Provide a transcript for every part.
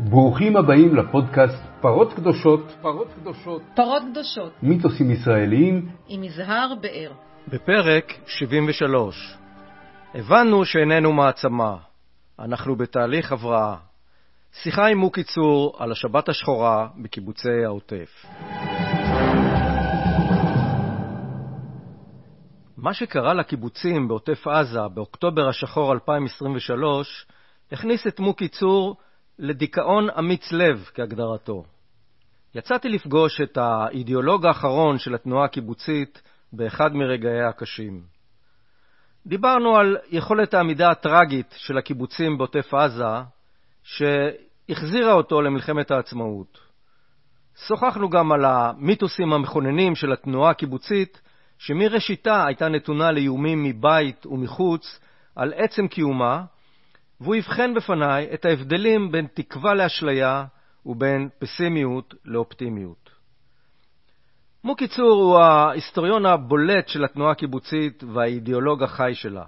ברוכים הבאים לפודקאסט פרות קדושות, פרות קדושות, מיתוסים ישראליים עם יזהר באר. בפרק 73 הבנו שאיננו מעצמה, אנחנו בתהליך הבראה. שיחה עם מוקי צור על השבת השחורה בקיבוצי העוטף. מה שקרה לקיבוצים בעוטף עזה באוקטובר השחור 2023 הכניס את מוקי צור לדיכאון אמיץ לב כהגדרתו. יצאתי לפגוש את האידיאולוג האחרון של התנועה הקיבוצית באחד מרגעיה הקשים. דיברנו על יכולת העמידה הטרגית של הקיבוצים בעוטף עזה שהחזירה אותו למלחמת העצמאות. שוחחנו גם על המיתוסים המכוננים של התנועה הקיבוצית שמראשיתה הייתה נתונה לאיומים מבית ומחוץ על עצם קיומה, והוא יבחן בפניי את ההבדלים בין תקווה לאשליה ובין פסימיות לאופטימיות. מוקי צור הוא ההיסטוריון הבולט של התנועה הקיבוצית והאידיאולוג החי שלה.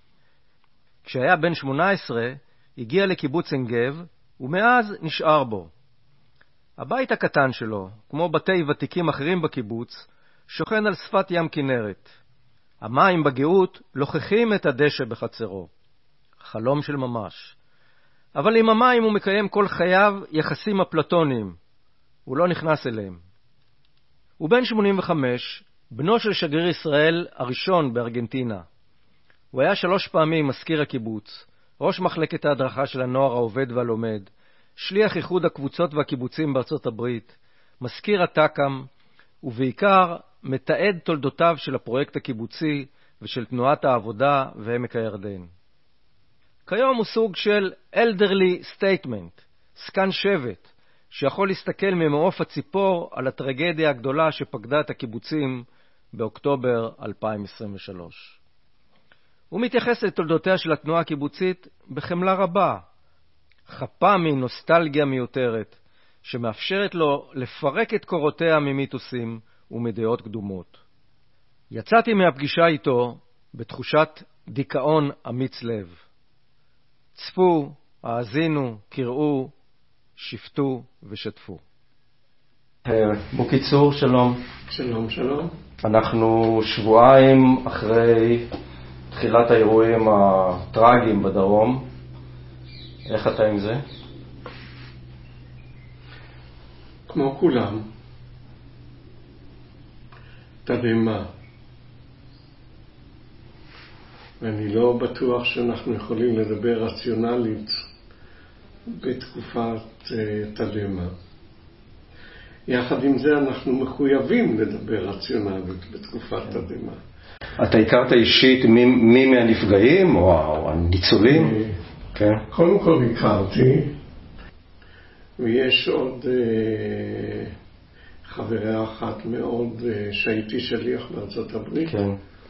כשהיה בן 18 הגיע לקיבוץ עין גב ומאז נשאר בו. הבית הקטן שלו, כמו בתי ותיקים אחרים בקיבוץ, שוכן על שפת ים כנרת. המים בגאות לוכחים את הדשא בחצרו. חלום של ממש. אבל עם המים הוא מקיים כל חייו יחסים אפלטוניים. הוא לא נכנס אליהם. הוא בן 85, בנו של שגריר ישראל הראשון בארגנטינה. הוא היה 3 פעמים מזכיר הקיבוץ, ראש מחלקת ההדרכה של הנוער העובד והלומד, שליח איחוד הקבוצות והקיבוצים בארצות הברית, מזכיר הטקם, ובעיקר מתעד תולדותיו של הפרויקט הקיבוצי ושל תנועת העבודה ועמק הירדן. כיום הוא סוג של elderly statement, סקן שבט, שיכול להסתכל ממעוף הציפור על הטרגדיה הגדולה שפקדה את הקיבוצים באוקטובר 2023. הוא מתייחס לתולדותיה של התנועה הקיבוצית בחמלה רבה, חפה מנוסטלגיה מיותרת, שמאפשרת לו לפרק את קורותיה ממיתוסים ומדעות קדומות. יצאתי מהפגישה איתו בתחושת דיכאון אמיץ לב. צפו, האזינו, קראו, שפטו ושתפו. מוקי צור, שלום. שלום, שלום. אנחנו שבועיים אחרי תחילת האירועים הטרגיים בדרום. איך אתה עם זה? כמו כולם. תדהמה. ואני לא בטוח שאנחנו יכולים לדבר רציונלית בתקופת תדהמה. יחד עם זה אנחנו מחויבים לדבר רציונלית בתקופת תדהמה. אתה הכרת אישית מי מהנפגעים או הניצולים? כן. קודם כל הכרתי, ויש עוד חברה אחת מאוד שהייתי שליח בארצות הברית. כן.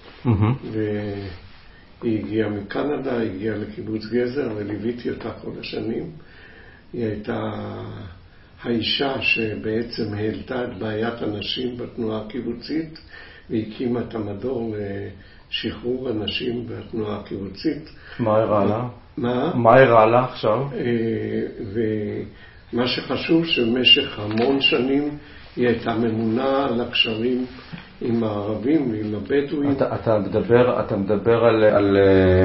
היא הגיעה מקנדה, היא הגיעה לקיבוץ גזר וליוויתי אותה כל השנים. היא הייתה האישה שבעצם העלתה את בעיית הנשים בתנועה הקיבוצית והקימה את המדור לשחרור הנשים בתנועה הקיבוצית. מה הראה לה? מה הראה לה עכשיו? ומה שחשוב שבמשך המון שנים היא הייתה ממונה על הקשרים עם הערבים ועם הבדואים. אתה מדבר על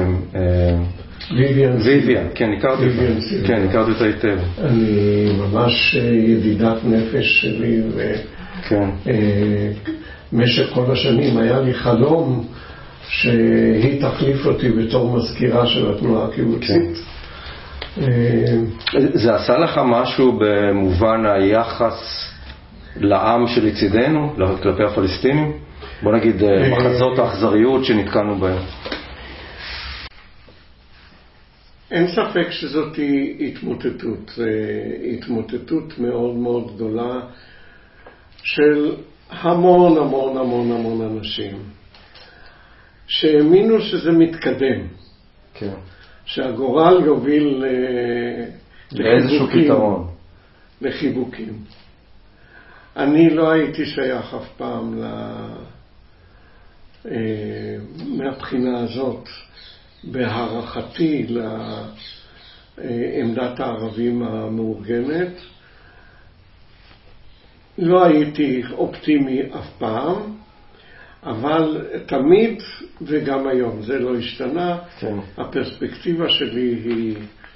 ויויאן. כן, הכרתי אותה היטב. אני ממש ידידת נפש שלי, ובמשך כל השנים היה לי חלום שהיא תחליף אותי בתור מזכירה של התנועה הקיבוצית. זה עשה לך משהו במובן היחס לעם שלצידנו, כלפי הפלסטינים? בוא נגיד מחזות האכזריות שנתקלנו בהם. אין ספק שזאת התמוטטות, התמוטטות מאוד מאוד גדולה של המון המון המון המון אנשים שהאמינו שזה מתקדם. כן. שהגורל יוביל לאיזשהו פתרון. לחיבוקים. אני לא הייתי שייך אף פעם מהבחינה הזאת בהערכתי עמדת הערבים המאורגנת. לא הייתי אופטימי אף פעם, אבל תמיד, וגם היום, זה לא השתנה. כן. הפרספקטיבה שלי היא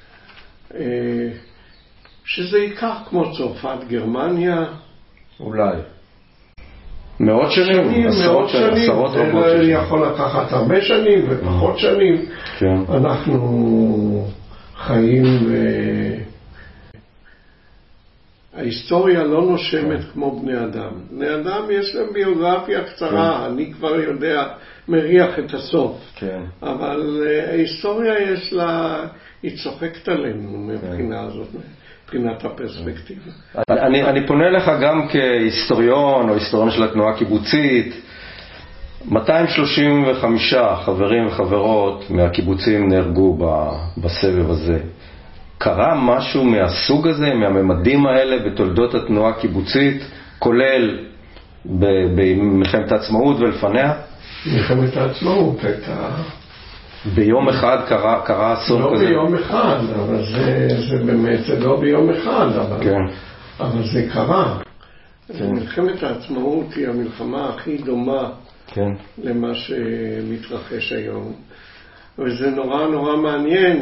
שזה ייקח כמו צרפת, גרמניה. אולי. מאות שנים, עשרות שנים. זה יכול לקחת הרבה שנים ופחות שנים. כן. אנחנו חיים ההיסטוריה לא נושמת כמו בני אדם. בני אדם יש להם ביוגרפיה קצרה, אני כבר יודע, מריח את הסוף. כן. אבל ההיסטוריה יש לה, היא צוחקת עלינו מבחינה הזאת, מבחינת הפרספקטיבה. אני פונה לך גם כהיסטוריון או היסטוריון של התנועה הקיבוצית. 235 חברים וחברות מהקיבוצים נהרגו בסבב הזה. קרה משהו מהסוג הזה, מהממדים האלה בתולדות התנועה הקיבוצית, כולל במלחמת העצמאות ולפניה? מלחמת העצמאות הייתה... ביום אחד קרה אסון כזה? לא ביום אחד, אבל זה באמת, זה לא ביום אחד, אבל זה קרה. מלחמת העצמאות היא המלחמה הכי דומה למה שמתרחש היום. וזה נורא נורא מעניין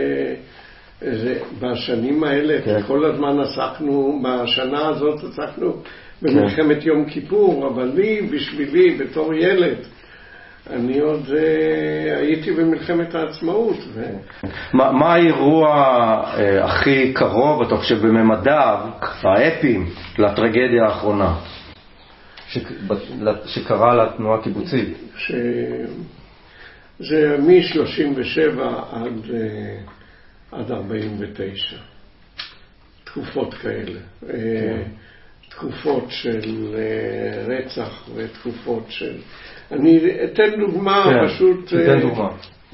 בשנים האלה, כי כל הזמן עסקנו, בשנה הזאת עסקנו במלחמת יום כיפור, אבל בשבילי, בתור ילד, אני עוד הייתי במלחמת העצמאות. מה האירוע הכי קרוב, אתה חושב, בממדיו, האפיים, לטרגדיה האחרונה שקרה לתנועה הקיבוצית? זה מ-37 עד 49. תקופות כאלה. תקופות של רצח ותקופות של... אני אתן דוגמה פשוט... תתן דוגמה.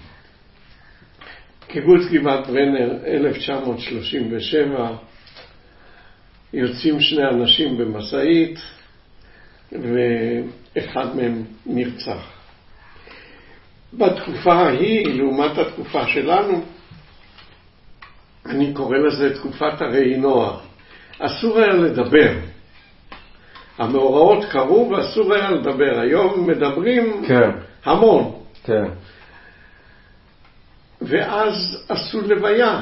קיבוץ גבעת ברנר, 1937, יוצאים שני אנשים במשאית, ואחד מהם נרצח. בתקופה ההיא, לעומת התקופה שלנו, אני קורא לזה תקופת הרעינוע. אסור היה לדבר. המאורעות קרו ואסור היה לדבר. היום מדברים המון. כן. ואז עשו לוויה.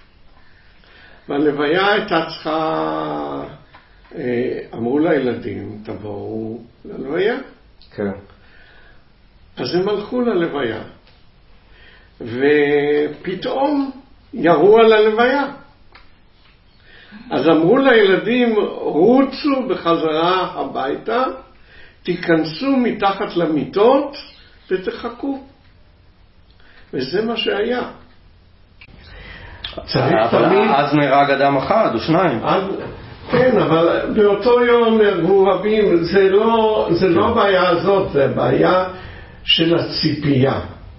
והלוויה הייתה צריכה... אמרו לילדים, תבואו ללוויה. כן. אז הם הלכו ללוויה. ופתאום ירו על הלוויה. אז אמרו לילדים, רוצו בחזרה הביתה, תיכנסו מתחת למיטות ותחכו. וזה מה שהיה. אז נהרג אדם אחד או שניים. כן, אבל באותו יום נהרגו רבים. זה לא בעיה הזאת, זה בעיה של הציפייה.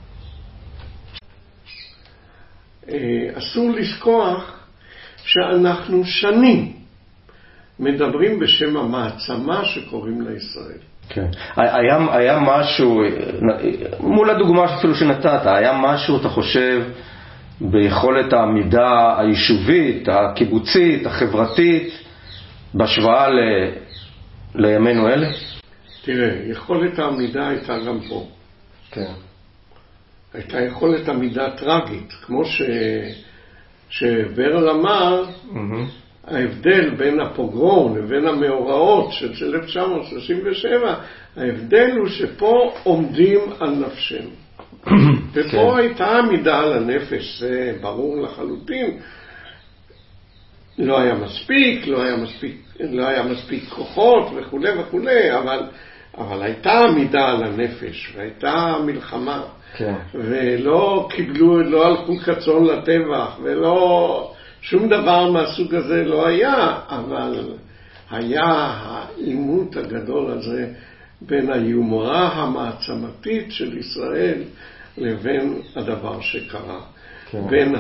אסור לשכוח שאנחנו שנים מדברים בשם המעצמה שקוראים לישראל. כן. היה משהו, מול הדוגמה אפילו שנתת, היה משהו, אתה חושב, ביכולת העמידה היישובית, הקיבוצית, החברתית, בהשוואה לימינו אלה? תראה, יכולת העמידה הייתה גם פה. כן. הייתה יכולת עמידה טרגית, כמו שברל אמר, ההבדל בין הפוגרום לבין המאורעות של 1937, ההבדל הוא שפה עומדים על נפשנו. ופה הייתה עמידה על הנפש, זה ברור לחלוטין. לא היה מספיק כוחות וכו' וכו', אבל הייתה עמידה על הנפש, והייתה מלחמה. כן. ולא קיבלו, לא הלכו כצאן לטבח, ולא, שום דבר מהסוג הזה לא היה, אבל היה העימות הגדול הזה בין היומרה המעצמתית של ישראל לבין הדבר שקרה. כן. בין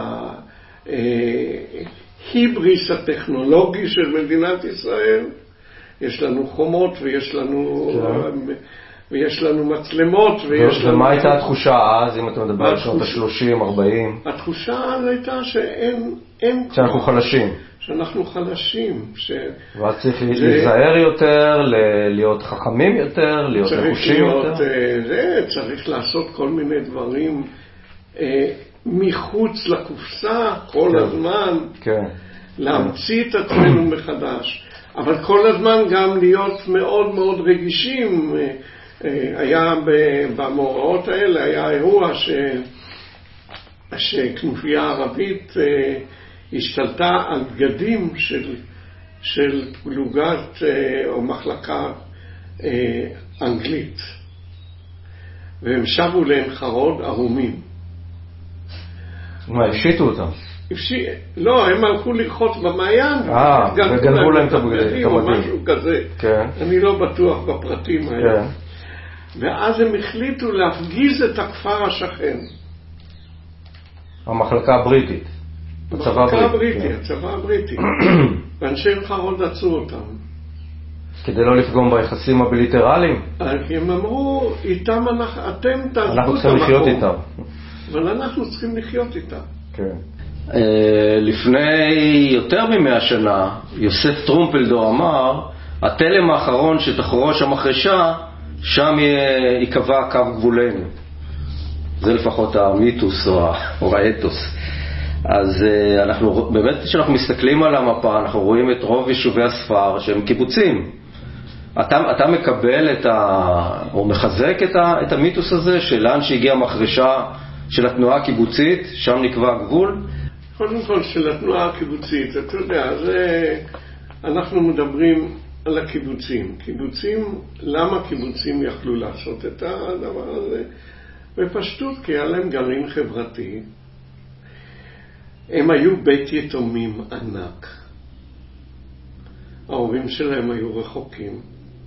ההיבריס הטכנולוגי של מדינת ישראל, יש לנו חומות ויש לנו ויש לנו מצלמות, ויש לנו... ומה הייתה התחושה אז, אם אתה מדבר על שנות ה-30, 40? התחושה אז הייתה שאין שאנחנו חלשים. שאנחנו חלשים. ואז צריך להיזהר יותר, להיות חכמים יותר, להיות נחושים יותר. צריך לעשות כל מיני דברים מחוץ לקופסה כל הזמן. כן. להמציא את עצמנו מחדש. אבל כל הזמן גם להיות מאוד מאוד רגישים. היה במאורעות האלה, היה אירוע שכנופיה ערבית השתלטה על בגדים של פלוגת או מחלקה אנגלית. והם שבו להם חרוד ערומים. מה, הפשיטו אותם? לא, הם הלכו לרחוץ במעיין. וגנבו להם את הבגדים. או משהו כזה. כן. אני לא בטוח בפרטים האלה. כן. ואז הם החליטו להפגיז את הכפר השכן. המחלקה הבריטית. המחלקה הבריטית. ואנשי חרוד עצרו אותם. כדי לא לפגום ביחסים הבילטרליים? הם אמרו, אתם אתם תעזבו את המקום. אנחנו צריכים לחיות איתם. אבל אנחנו צריכים לחיות איתם. כן. לפני יותר מ100 שנה, יוסף טרומפלדור אמר, התלם האחרון שתחרוש המחרשה, שם יקבע קו גבולנו. זה לפחות המיתוס או האתוס. אז אנחנו, באמת כשאנחנו מסתכלים על המפה, אנחנו רואים את רוב יישובי הספר שהם קיבוצים. אתה מקבל או מחזק את המיתוס הזה, שלאן שהגיעה המחרשה של התנועה הקיבוצית, שם נקבע הגבול? קודם כל של התנועה הקיבוצית, אתה יודע, אנחנו מדברים על הקיבוצים. למה קיבוצים יכלו לעשות את הדבר הזה? בפשטות, כי היה להם גרעין חברתי. הם היו בית יתומים ענק. ההורים שלהם היו רחוקים.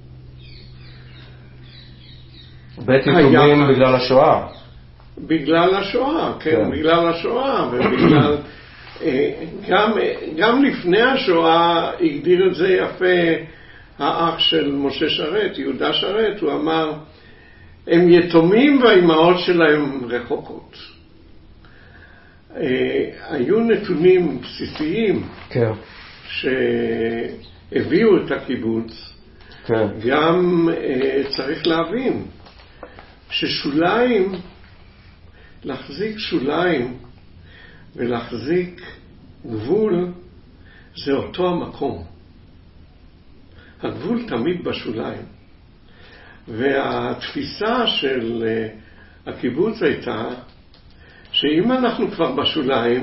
בית יתומים בגלל השואה? בגלל השואה, כן, בגלל השואה, ובגלל... גם לפני השואה הגדיר את זה יפה האח של משה שרת, יהודה שרת, הוא אמר, הם יתומים והאימהות שלהם רחוקות. היו נתונים בסיסיים שהביאו את הקיבוץ. גם צריך להבין ששוליים, להחזיק שוליים ולהחזיק גבול זה אותו המקום. הגבול תמיד בשוליים. והתפיסה של הקיבוץ הייתה שאם אנחנו כבר בשוליים,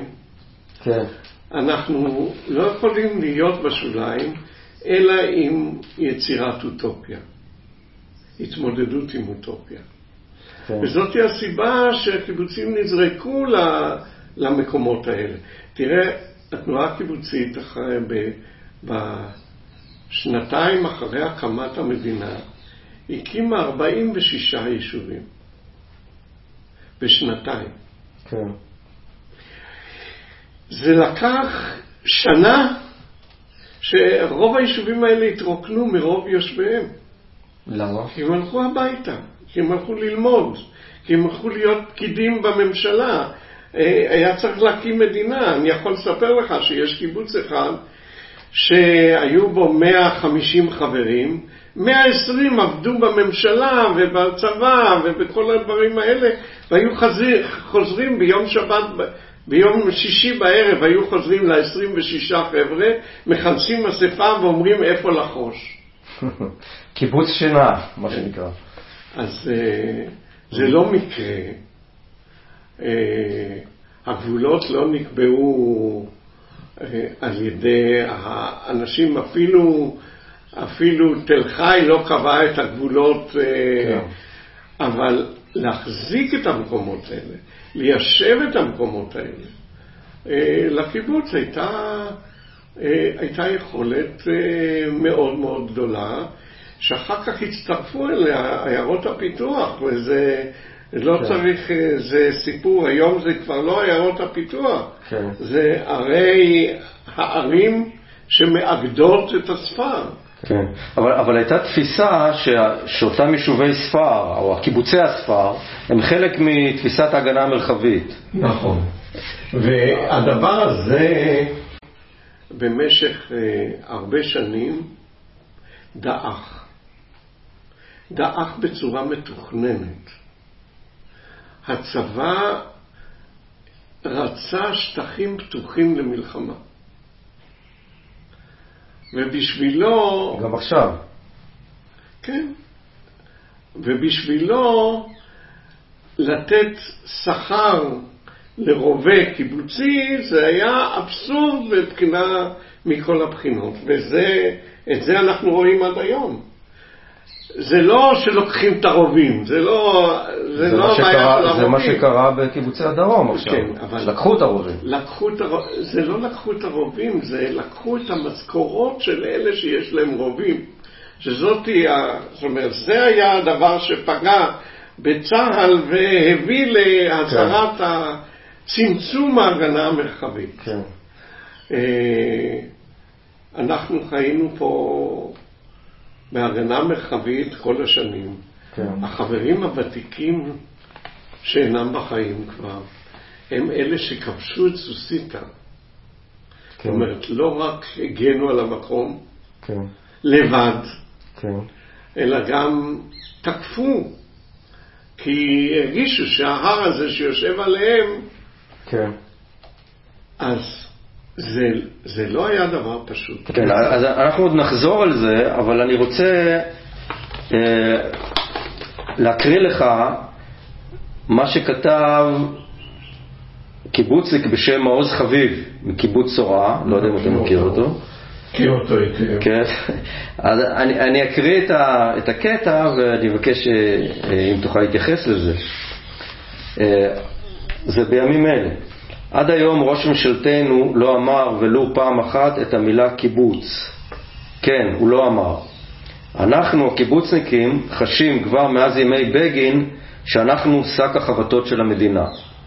אנחנו לא יכולים להיות בשוליים אלא עם יצירת אוטופיה. התמודדות עם אוטופיה. וזאת היא הסיבה שהקיבוצים נזרקו למקומות האלה. תראה, התנועה הקיבוצית בשנתיים אחרי הקמת המדינה הקימה 46 יישובים. בשנתיים. כן. זה לקח שנה שרוב היישובים האלה התרוקנו מרוב יושביהם. למה? כי הם הלכו הביתה, כי הם הלכו ללמוד, כי הם הלכו להיות פקידים בממשלה. היה צריך להקים מדינה. אני יכול לספר לך שיש קיבוץ אחד שהיו בו 150 חברים, 120 עבדו בממשלה ובצבא ובכל הדברים האלה, והיו חוזרים ביום שבת, ביום שישי בערב, היו חוזרים ל26 חבר'ה, מכנסים אספה ואומרים איפה לחוש. קיבוץ שינה, מה שנקרא. אז זה לא מקרה. הגבולות לא נקבעו על ידי האנשים, אפילו תל חי לא קבע את הגבולות, אבל להחזיק את המקומות האלה, ליישב את המקומות האלה, לקיבוץ הייתה יכולת מאוד מאוד גדולה, שאחר כך הצטרפו אליה עיירות הפיתוח, וזה לא צריך, זה סיפור, היום זה כבר לא עיירות הפיתוח, זה הערים שמאגדות את הספר. כן. אבל הייתה תפיסה שאותם יישובי ספר, או קיבוצי הספר, הם חלק מתפיסת ההגנה המרחבית. נכון. והדבר הזה במשך הרבה שנים דעך בצורה מתוכננת. הצבא רצה שטחים פתוחים למלחמה. ובשבילו... גם עכשיו. כן. ובשבילו לתת שכר לרובה קיבוצי זה היה אבסורד בבחינה מכל הבחינות. את זה אנחנו רואים עד היום. זה לא שלוקחים את הרובים, זה מה שקרה בקיבוצי הדרום עכשיו. כן, אבל לקחו את הרובים. זה לא לקחו את הרובים, זה לקחו את המשכורות של אלה שיש להם רובים. זאת אומרת, זה היה הדבר שפגע בצה"ל והביא להסרת צמצום ההגנה המרחבית. כן. אנחנו חיינו פה בהגנה מרחבית כל השנים. כן. החברים הוותיקים שאינם בחיים כבר, הם אלה שכבשו את סוסיתא. כן. זאת אומרת, לא רק הגנו על המקום, כן. לבד, כן. אלא גם תקפו, כי הרגישו שההר הזה שיושב עליהם, כן. אז זה לא היה דבר פשוט. כן, אז אנחנו עוד נחזור על זה, אבל אני רוצה להקריא לך מה שכתב קיבוצניק בשם מעוז חביב מקיבוץ צורעה, לא יודע אם אתה מכיר אותו. מכיר אותו היטב. כן. אז אני אקריא את הקטע ואני מבקש אם תוכל להתייחס לזה. זה בימים אלה. עד היום ראש ממשלתנו לא אמר ולו פעם אחת את המילה קיבוץ. כן, הוא לא אמר. אנחנו הקיבוצניקים חשים כבר מאז ימי בגין שאנחנו שק החבטות של המדינה.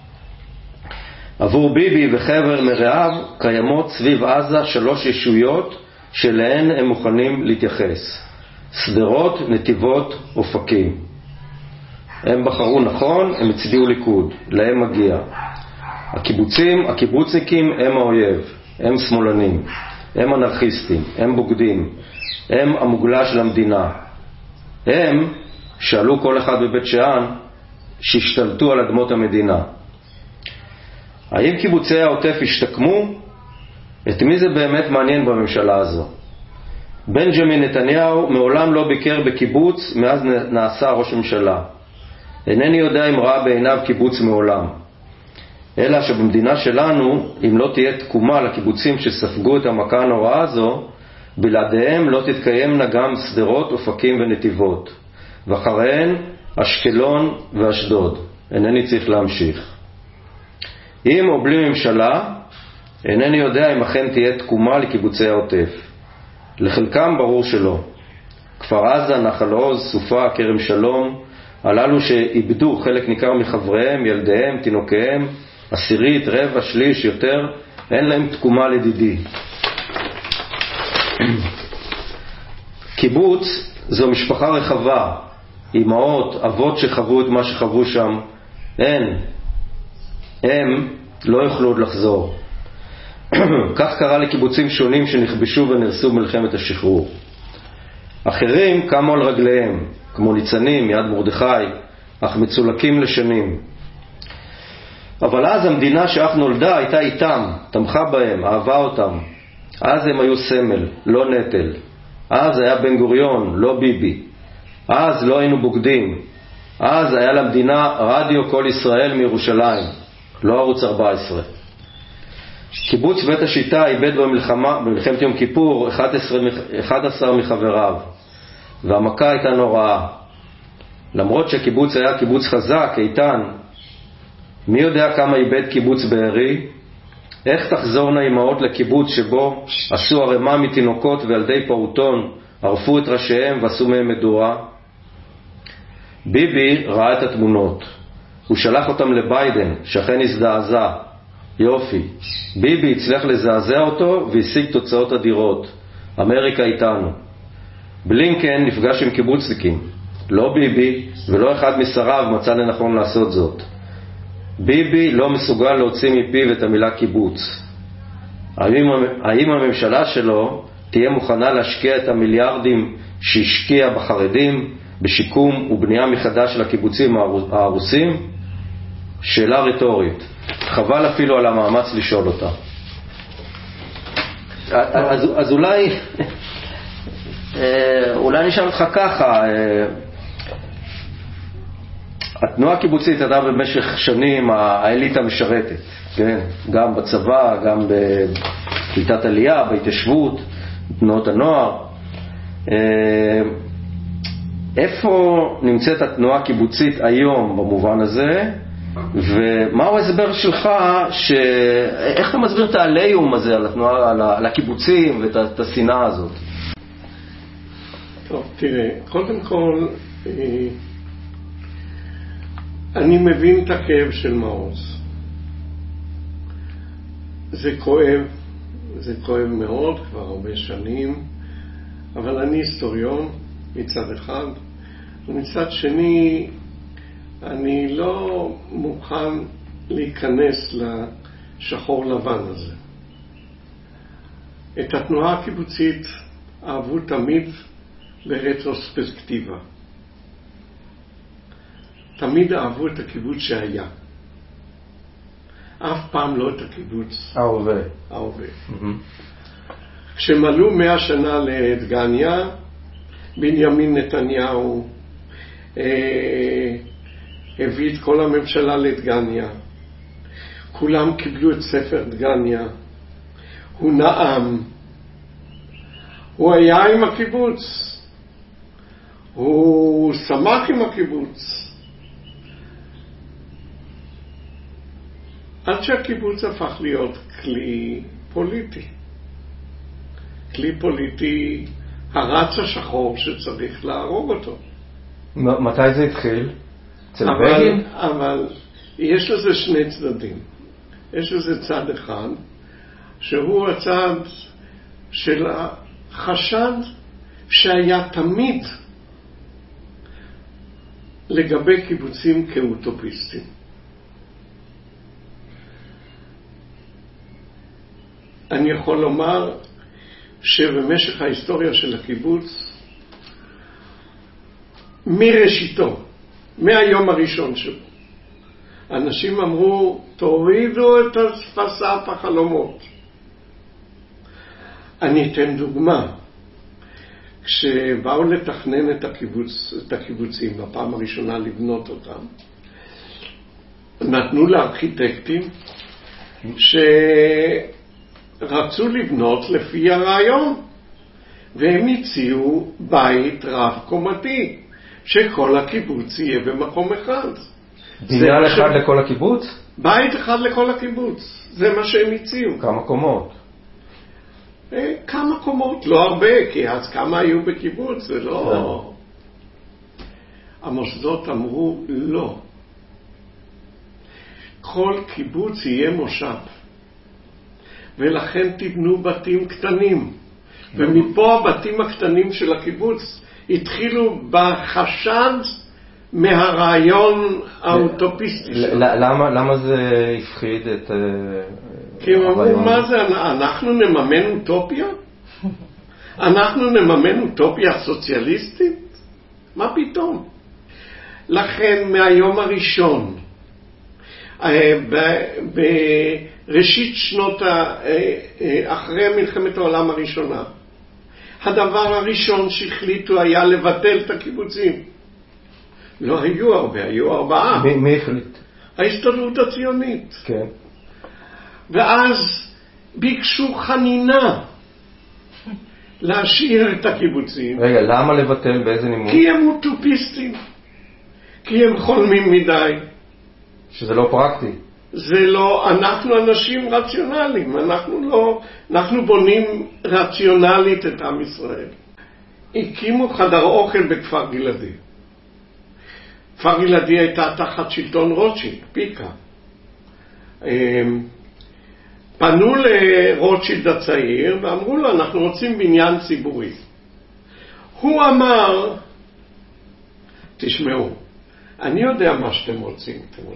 עבור ביבי וחבר מרעיו קיימות סביב עזה 3 ישויות שלהן הם מוכנים להתייחס. שדרות, נתיבות, אופקים. הם בחרו נכון, הם הצביעו ליכוד, להם מגיע. הקיבוצניקים הם האויב, הם שמאלנים, הם אנרכיסטים, הם בוגדים, הם המוגלה של המדינה. הם שאלו כל אחד בבית שאן שהשתלטו על אדמות המדינה. האם קיבוצי העוטף השתקמו? את מי זה באמת מעניין בממשלה הזו? בנג'מין נתניהו מעולם לא ביקר בקיבוץ מאז נעשה ראש ממשלה. אינני יודע אם ראה בעיניו קיבוץ מעולם. אלא שבמדינה שלנו, אם לא תהיה תקומה לקיבוצים שספגו את המכה הנוראה הזו, בלעדיהם לא תתקיימנה גם שדרות, אופקים ונתיבות. ואחריהן אשקלון ואשדוד. אינני צריך להמשיך. אם או בלי ממשלה, אינני יודע אם אכן תהיה תקומה לקיבוצי העוטף. לחלקם ברור שלא. כפר עזה, נחל עוז, סופה, כרם שלום, הללו שאיבדו חלק ניכר מחבריהם, ילדיהם, תינוקיהם, עשירית, רבע, שליש, יותר, אין להם תקומה לדידי. קיבוץ זו משפחה רחבה, אמהות, אבות שחוו את מה שחוו שם, הם לא יוכלו עוד לחזור. כך קרה לקיבוצים שונים שנכבשו ונרסו במלחמת השחרור. אחרים קמו על רגליהם, כמו ניצנים, יד מרדכי, אך מצולקים לשנים. אבל אז המדינה שאך נולדה הייתה איתם, תמכה בהם, אהבה אותם. אז הם היו סמל, לא נטל. אז היה בן גוריון, לא ביבי. אז לא היינו בוגדים. אז היה למדינה רדיו כל ישראל מירושלים, לא ערוץ 14. קיבוץ בית השיטה איבד במלחמת יום כיפור 11 מחבריו, והמכה הייתה נוראה. למרות שהקיבוץ היה קיבוץ חזק, איתן, מי יודע כמה איבד קיבוץ בארי? איך תחזורנה אמהות לקיבוץ שבו עשו ערימה מתינוקות וילדי פעוטון, ערפו את ראשיהם ועשו מהם מדורה? ביבי ראה את התמונות. הוא שלח אותם לביידן, שכן הזדעזע. יופי. ביבי הצליח לזעזע אותו והשיג תוצאות אדירות. אמריקה איתנו. בלינקן נפגש עם קיבוצניקים. לא ביבי ולא אחד משריו מצא לנכון לעשות זאת. ביבי לא מסוגל להוציא מפיו את המילה קיבוץ. האם הממשלה שלו תהיה מוכנה להשקיע את המיליארדים שהשקיע בחרדים, בשיקום ובנייה מחדש של הקיבוצים ההרוסים? שאלה רטורית. חבל אפילו על המאמץ לשאול אותה. אז אולי נשאל אותך ככה, התנועה הקיבוצית הייתה במשך שנים האליטה משרתת, כן? גם בצבא, גם בקליטת עלייה, בהתיישבות, תנועות הנוער. איפה נמצאת התנועה הקיבוצית היום במובן הזה, ומהו ההסבר שלך, איך אתה מסביר את העליהום הזה על התנועה, על הקיבוצים ואת השנאה הזאת? טוב, תראה, קודם כל אני מבין את הכאב של מעוז. זה כואב מאוד, כבר הרבה שנים, אבל אני היסטוריון מצד אחד, ומצד שני אני לא מוכן להיכנס לשחור לבן הזה. את התנועה הקיבוצית אהבו תמיד ברטרוספקטיבה. תמיד אהבו את הקיבוץ שהיה. אף פעם לא את הקיבוץ ההווה. כשמלאו 100 שנה לדגניה, בנימין נתניהו הביא את כל הממשלה לדגניה. כולם קיבלו את ספר דגניה. הוא נאם. הוא היה עם הקיבוץ. הוא שמח עם הקיבוץ. עד שהקיבוץ הפך להיות כלי פוליטי. כלי פוליטי הרץ השחור שצריך להרוג אותו. מתי זה התחיל? אבל יש לזה שני צדדים. יש לזה צד אחד, שהוא הצד של החשד שהיה תמיד לגבי קיבוצים כאוטופיסטים. אני יכול לומר שבמשך ההיסטוריה של הקיבוץ, מראשיתו, מהיום הראשון שבו, אנשים אמרו, תורידו את שפת החלומות. אני אתן דוגמה. כשבאו לתכנן את הקיבוצים, בפעם הראשונה לבנות אותם, נתנו לארכיטקטים שרצו לבנות לפי הרעיון, והם הציעו בית רב קומתי, שכל הקיבוץ יהיה במקום אחד. בניין אחד לכל הקיבוץ? בית אחד לכל הקיבוץ, זה מה שהם הציעו. כמה קומות? כמה קומות, לא הרבה, כי אז כמה היו בקיבוץ, זה לא... המוסדות אמרו לא. כל קיבוץ יהיה מושב, ולכן תבנו בתים קטנים, ומפה הבתים הקטנים של הקיבוץ התחילו בחשד מהרעיון האוטופיסטי שלו. למה זה הפחיד את... כי הם אמרו, מה זה, אנחנו נממן אוטופיה? אנחנו נממן אוטופיה סוציאליסטית? מה פתאום? לכן מהיום הראשון, בראשית שנות, אחרי מלחמת העולם הראשונה, הדבר הראשון שהחליטו היה לבטל את הקיבוצים. לא היו הרבה, היו 4. מי החליט? ההסתדרות הציונית. כן. ואז ביקשו חנינה להשאיר את הקיבוצים. רגע, למה לבטל? באיזה נימוק? כי הם אוטופיסטים. כי הם חולמים מדי. שזה לא פרקטי. זה לא, אנחנו אנשים רציונליים, אנחנו בונים רציונלית את עם ישראל. הקימו חדר אוכל בכפר גלעדי. כפר גלעדי הייתה תחת שלטון רוטשילד, פיקה. פנו לרוטשילד הצעיר ואמרו לו, אנחנו רוצים בניין ציבורי. הוא אמר, תשמעו, אני יודע מה שאתם רוצים,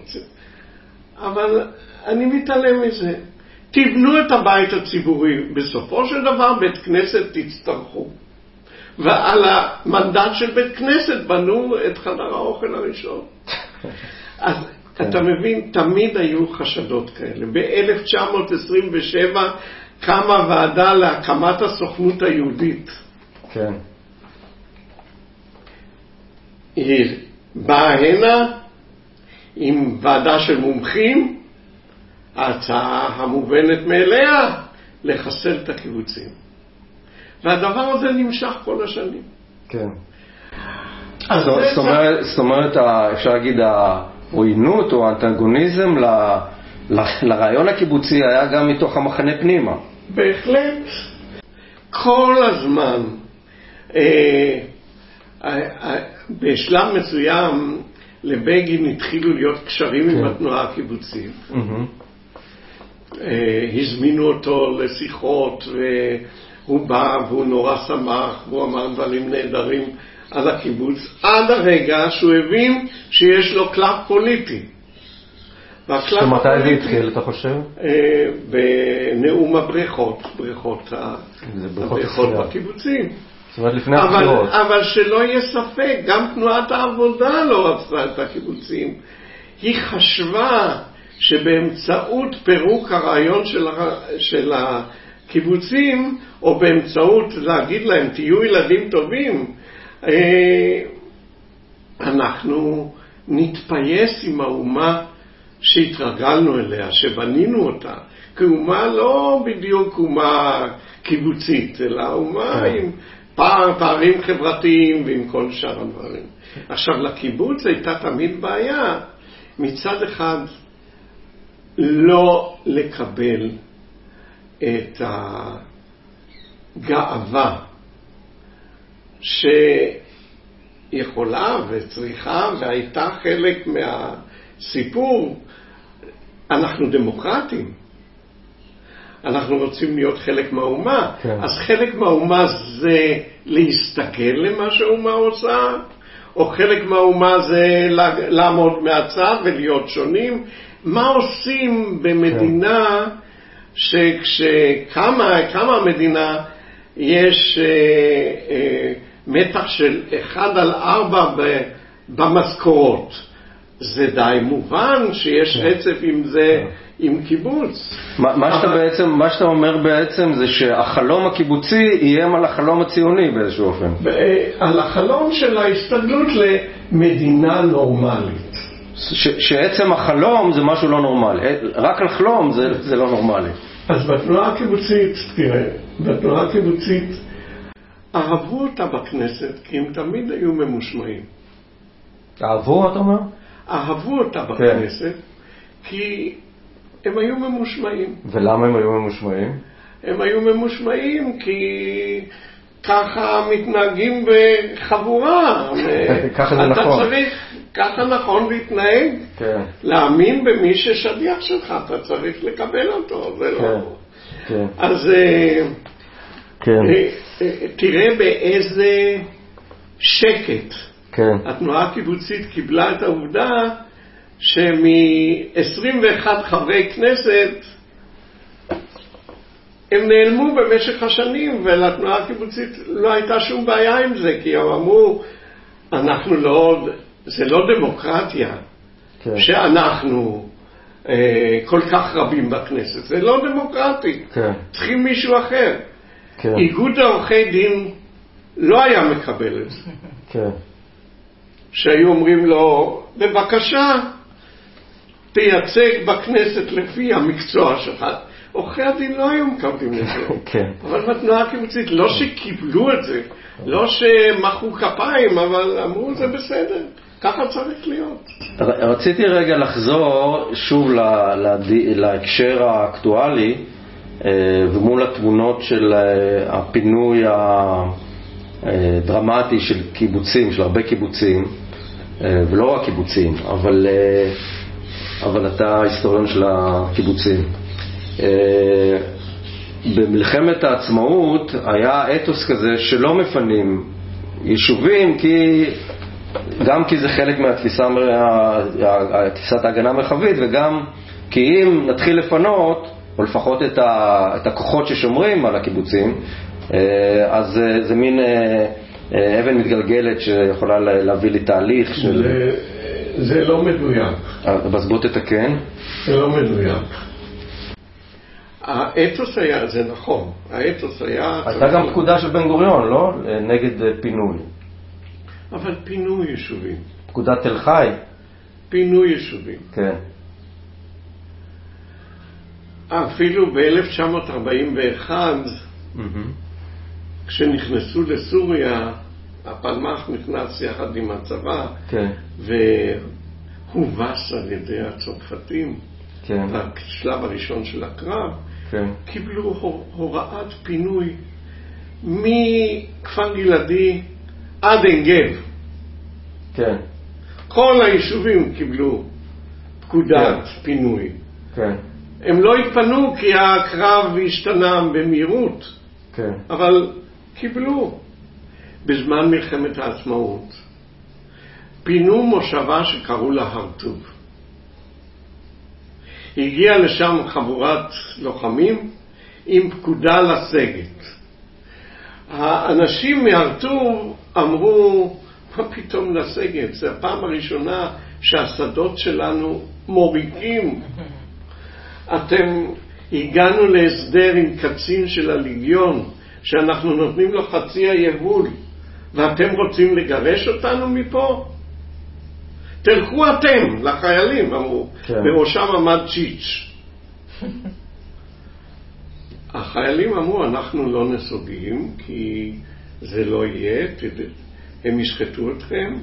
אבל אני מתעלם מזה. תבנו את הבית הציבורי, בסופו של דבר בית כנסת תצטרכו. ועל המנדט של בית כנסת בנו את חדר האוכל הראשון. אז אתה מבין, תמיד היו חשדות כאלה. ב-1927 קמה ועדה להקמת הסוכנות היהודית. כן. היא באה הנה עם ועדה של מומחים, ההצעה המובנת מאליה, לחסל את הקיבוצים. והדבר הזה נמשך כל השנים. כן. זאת אומרת, אפשר להגיד, העוינות או האנטגוניזם לרעיון הקיבוצי היה גם מתוך המחנה פנימה. בהחלט. כל הזמן, בשלב מסוים, לבגין התחילו להיות קשרים עם התנועה הקיבוצית. הזמינו אותו לשיחות, והוא בא והוא נורא שמח, והוא אמר דברים נהדרים על הקיבוץ, עד הרגע שהוא הבין שיש לו קלף פוליטי. שמתי זה התחיל, אתה חושב? בנאום הבריכות, בריכות בקיבוצים. זאת אומרת לפני הבחירות. אבל שלא יהיה ספק, גם תנועת העבודה לא רצתה את הקיבוצים. היא חשבה שבאמצעות פירוק הרעיון של הקיבוצים, או באמצעות להגיד להם תהיו ילדים טובים, אנחנו נתפייס עם האומה שהתרגלנו אליה, שבנינו אותה, כאומה לא בדיוק אומה קיבוצית, אלא אומה עם פערים חברתיים ועם כל שאר הדברים. עכשיו, לקיבוץ הייתה תמיד בעיה, מצד אחד לא לקבל את הגאווה שיכולה וצריכה והייתה חלק מהסיפור. אנחנו דמוקרטים, אנחנו רוצים להיות חלק מהאומה. כן. אז חלק מהאומה זה להסתכל למה שהאומה עושה, או חלק מהאומה זה לעמוד מהצד ולהיות שונים. מה עושים במדינה שכשקמה המדינה יש מתח של 1/4 במשכורות? זה די מובן שיש רצף עם זה, עם קיבוץ. מה שאתה אומר בעצם זה שהחלום הקיבוצי איים על החלום הציוני באיזשהו אופן. על החלום של ההסתגלות למדינה נורמלית. שעצם החלום זה משהו לא נורמלי. רק לחלום זה לא נורמלי. אז בתנועה הקיבוצית, תראה, בתנועה הקיבוצית אהבו אותה בכנסת כי הם תמיד היו ממושמעים. אהבו, אתה אומר? אהבו אותה בכנסת כי הם היו ממושמעים. ולמה הם היו ממושמעים? הם היו ממושמעים כי ככה מתנהגים בחבורה. ככה זה נכון. ככה נכון להתנהג. כן. להאמין במי ששליח שלך, אתה צריך לקבל אותו. זה לא. כן. אז תראה באיזה שקט. כן. התנועה הקיבוצית קיבלה את העובדה שמ-21 חברי כנסת הם נעלמו במשך השנים, ולתנועה הקיבוצית לא הייתה שום בעיה עם זה, כי הם אמרו, זה לא דמוקרטיה, כן. שאנחנו כל כך רבים בכנסת, זה לא דמוקרטי, כן. צריכים מישהו אחר. כן. איגוד העורכי דין לא היה מקבל את זה. כן. שהיו אומרים לו, בבקשה, תייצג בכנסת לפי המקצוע שלך. עורכי הדין לא היו מקבלים את זה. כן. אבל בתנועה הקיבוצית, לא שקיבלו את זה, לא שמחאו כפיים, אבל אמרו, זה בסדר, ככה צריך להיות. רציתי רגע לחזור שוב להקשר האקטואלי, ומול התמונות של הפינוי הדרמטי של קיבוצים, של הרבה קיבוצים, ולא רק קיבוצים, אבל אתה היסטוריון של הקיבוצים. במלחמת העצמאות היה אתוס כזה שלא מפנים יישובים, גם כי זה חלק מהתפיסת ההגנה המרחבית, וגם כי אם נתחיל לפנות, או לפחות את הכוחות ששומרים על הקיבוצים, אז זה מין אבן מתגלגלת שיכולה להביא לי תהליך של... זה לא מדויק. אז בוא תתקן. זה לא מדויק. האתוס היה, זה נכון, האתוס היה... הייתה גם פקודה של בן גוריון, לא? נגד פינוי. אבל פינוי יישובים. פקודת תל חי. פינוי יישובים. כן. אפילו ב-1941, כשנכנסו לסוריה, הפלמ"ח נכנס יחד עם הצבא, כן. והובס על ידי הצרפתים, כן. בשלב הראשון של הקרב, כן. קיבלו הוראת פינוי מכפר גלעדי עד עין גב. כן. כל היישובים קיבלו פקודת פינוי. כן. הם לא התפנו כי הקרב השתנה במהירות, כן. אבל קיבלו. בזמן מלחמת העצמאות פינו מושבה שקראו לה הרטוב. הגיעה לשם חבורת לוחמים עם פקודה לסגת. האנשים מהרטוב אמרו, מה פתאום לסגת? זה הפעם הראשונה שהשדות שלנו מוריקים. הגענו להסדר עם קצין של הליגיון שאנחנו נותנים לו חצי היבול, ואתם רוצים לגרש אותנו מפה? תלכו אתם, לחיילים, אמרו. כן. בראשם עמד צ'יץ'. החיילים אמרו, אנחנו לא נסוגים, כי זה לא יהיה, הם ישחטו אתכם.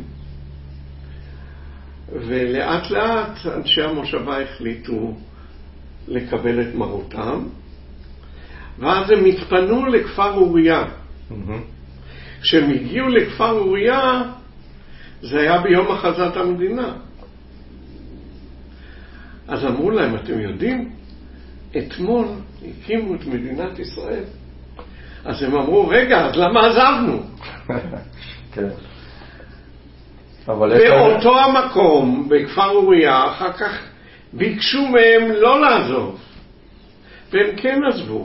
ולאט לאט אנשי המושבה החליטו לקבל את מרותם, ואז הם התפנו לכפר אוריה. כשהם הגיעו לכפר אוריה, זה היה ביום הכרזת המדינה. אז אמרו להם, אתם יודעים, אתמול הקימו את מדינת ישראל. אז הם אמרו, רגע, אז למה עזבנו? כן. באותו המקום, בכפר אוריה, אחר כך ביקשו מהם לא לעזוב, והם כן עזבו.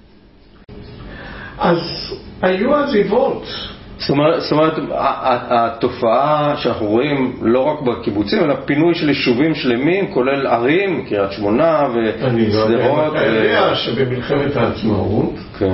אז היו עזיבות. זאת אומרת, התופעה שאנחנו רואים לא רק בקיבוצים, אלא פינוי של יישובים שלמים, כולל ערים, קריית שמונה וסדרות. אני יודע שבמלחמת העצמאות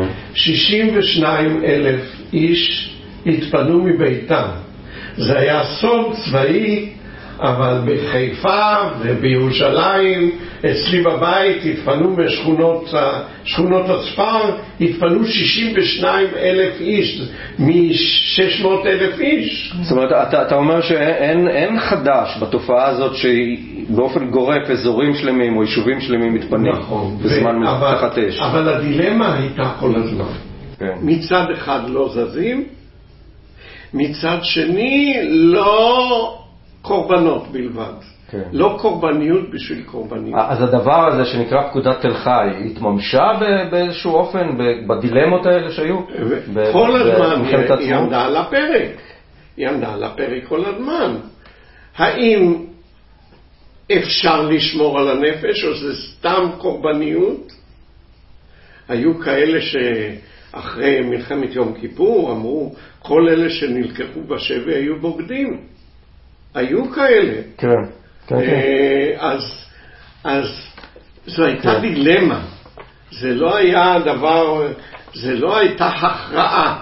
62,000 איש התפנו מביתם. זה היה סוד צבאי, אבל בחיפה ובירושלים, אצלי בבית, התפנו משכונות הספר, התפנו 62,000 איש, מ-600,000 איש. זאת אומרת, אתה אומר שאין חדש בתופעה הזאת שבאופן גורף אזורים שלמים או יישובים שלמים מתפנים. נכון. בזמן תחת אש. אבל הדילמה הייתה כל הזמן. כן. מצד אחד לא זזים, מצד שני לא קורבנות בלבד. כן. לא קורבניות בשביל קורבניות. אז הדבר הזה שנקרא פקודת תל חי, התממשה באיזשהו אופן בדילמות האלה שהיו? כל הזמן היא עמדה על הפרק. היא עמדה על הפרק כל הזמן. האם אפשר לשמור על הנפש או זה סתם קורבניות? היו כאלה שאחרי מלחמת יום כיפור אמרו, כל אלה שנלקחו בשבי היו בוגדים. היו כאלה. כן, כן, כן. אז זו הייתה דילמה. זה לא היה דבר, זה לא הייתה הכרעה.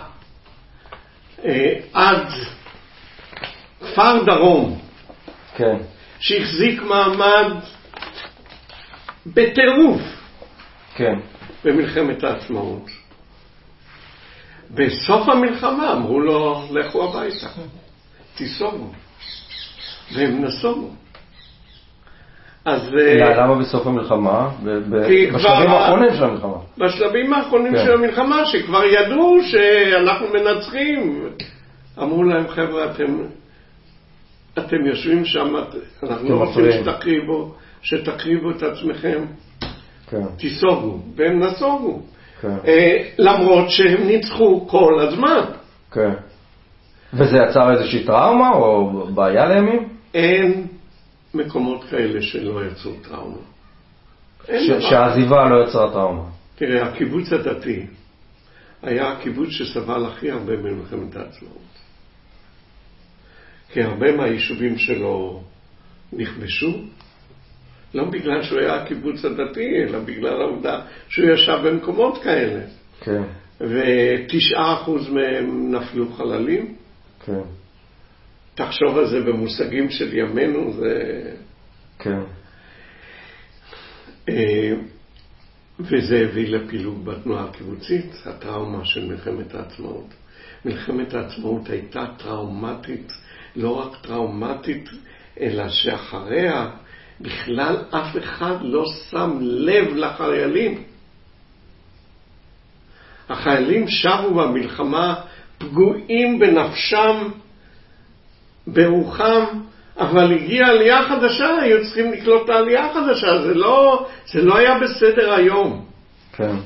עד כפר דרום, כן. שהחזיק מעמד בטירוף. כן. במלחמת העצמאות. בסוף המלחמה אמרו לו, לכו הביתה, תיסוגו. והם נסוגו. אז למה בסוף המלחמה? בשלבים האחרונים של המלחמה. בשלבים האחרונים של המלחמה, שכבר ידעו שאנחנו מנצחים. אמרו להם, חבר'ה, אתם יושבים שם, אנחנו לא רוצים שתקריבו את עצמכם. תיסוגו. והם נסוגו. למרות שהם ניצחו כל הזמן. וזה יצר איזושהי טראומה או בעיה לימים? אין מקומות כאלה שלא יצרו טראומה. שהעזיבה לא יצרה טראומה. תראה, הקיבוץ הדתי היה הקיבוץ שסבל הכי הרבה במלחמת העצמאות. כי הרבה מהיישובים שלו נכבשו, לא בגלל שהוא היה הקיבוץ הדתי, אלא בגלל העובדה שהוא ישב במקומות כאלה. כן. ו9% מהם נפלו חללים. כן. תחשוב על זה במושגים של ימינו, זה... כן. וזה הביא לפילוג בתנועה הקיבוצית, הטראומה של מלחמת העצמאות. מלחמת העצמאות הייתה טראומטית, לא רק טראומטית, אלא שאחריה בכלל אף אחד לא שם לב לחיילים. החיילים שבו במלחמה פגועים בנפשם, ברוחם, אבל הגיעה עלייה חדשה, היו צריכים לקלוט העלייה חדשה, זה לא היה בסדר היום. כן.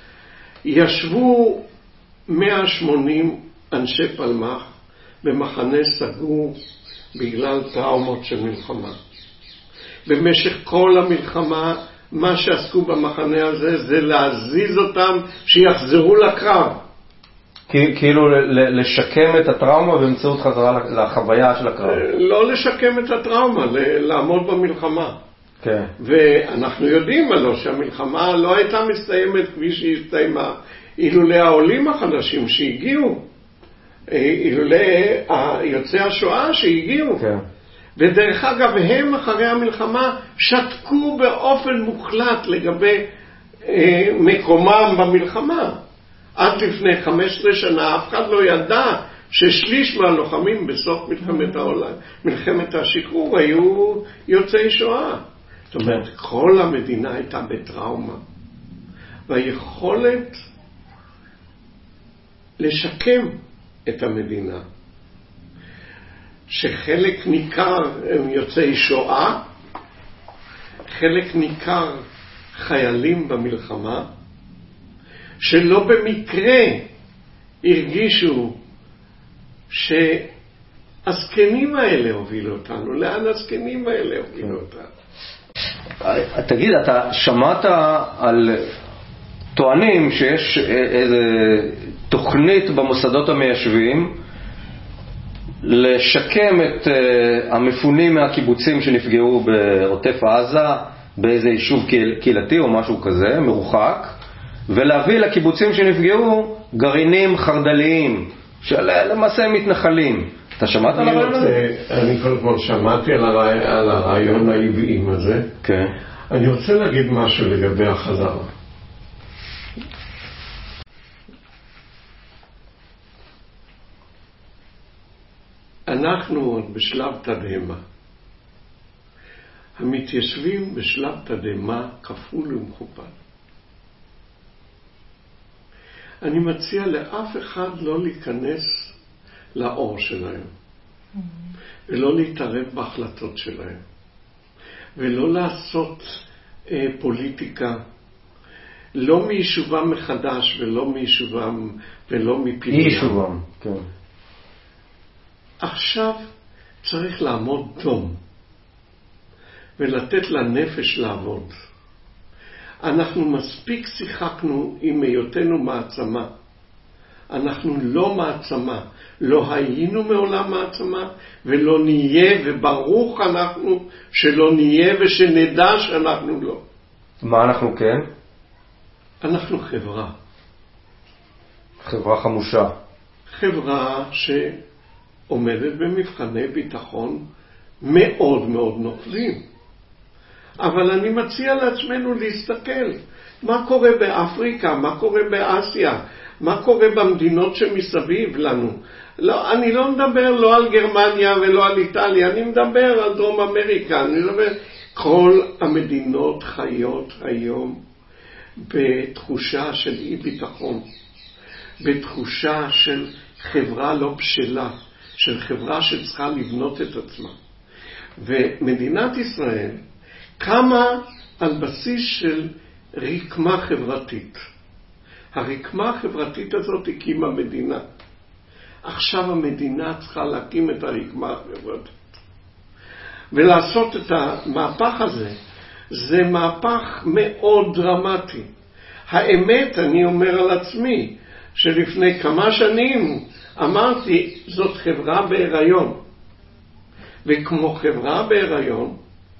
ישבו 180 אנשי פלמ"ח במחנה סגור בגלל טראומות של מלחמה. במשך כל המלחמה, מה שעסקו במחנה הזה זה להזיז אותם שיחזרו לקרב. כאילו לשקם את הטראומה באמצעות חזרה לחוויה של הקרב. לא לשקם את הטראומה, לעמוד במלחמה. כן. ואנחנו יודעים עלו שהמלחמה לא הייתה מסתיימת כפי שהיא הסתיימה, אילולי העולים החדשים שהגיעו, אילולי יוצאי השואה שהגיעו. כן. ודרך אגב, הם אחרי המלחמה שתקו באופן מוחלט לגבי מקומם במלחמה. עד לפני 15 שנה אף אחד לא ידע ששליש מהלוחמים בסוף מלחמת העולם, מלחמת השחרור, היו יוצאי שואה. זאת אומרת, כל המדינה הייתה בטראומה. והיכולת לשקם את המדינה, שחלק ניכר הם יוצאי שואה, חלק ניכר חיילים במלחמה, שלא במקרה הרגישו שהזקנים האלה הובילו אותנו. לאן הזקנים האלה הובילו אותנו? תגיד, אתה שמעת על טוענים שיש איזו תוכנית במוסדות המיישבים לשקם את המפונים מהקיבוצים שנפגעו בעוטף עזה, באיזה יישוב קהילתי או משהו כזה, מרוחק, ולהביא לקיבוצים שנפגעו גרעינים חרדליים, שלמעשה הם מתנחלים. אתה שמעת על הרעיון הזה? אני קודם כל שמעתי על הרעיון העוועים הזה. כן. אני רוצה להגיד משהו לגבי החזרה. אנחנו עוד בשלב תדהמה. המתיישבים בשלב תדהמה כפול ומכופל. אני מציע לאף אחד לא להיכנס לאור שלהם, ולא להתערב בהחלטות שלהם, ולא לעשות פוליטיקה, לא מיישובם מחדש ולא מיישובם ולא מפינוים. יישובם, כן. עכשיו צריך לעמוד דום ולתת לנפש לעבוד. אנחנו מספיק שיחקנו עם היותנו מעצמה. אנחנו לא מעצמה. לא היינו מעולם מעצמה ולא נהיה, וברוך אנחנו שלא נהיה ושנדע שאנחנו לא. מה אנחנו כן? אנחנו חברה. חברה חמושה. חברה שעומדת במבחני ביטחון מאוד מאוד נוקבים. אבל אני מציע לעצמנו להסתכל מה קורה באפריקה, מה קורה באסיה, מה קורה במדינות שמסביב לנו. לא, אני לא מדבר לא על גרמניה ולא על איטליה, אני מדבר על דרום אמריקה, אני מדבר, כל המדינות חיות היום בתחושה של אי ביטחון, בתחושה של חברה לא בשלה, של חברה שצריכה לבנות את עצמה. ומדינת ישראל קמה על בסיס של רקמה חברתית. הרקמה החברתית הזאת הקימה מדינה. עכשיו המדינה צריכה להקים את הרקמה החברתית. ולעשות את המהפך הזה, זה מהפך מאוד דרמטי. האמת, אני אומר על עצמי, שלפני כמה שנים אמרתי, זאת חברה בהיריון. וכמו חברה בהיריון,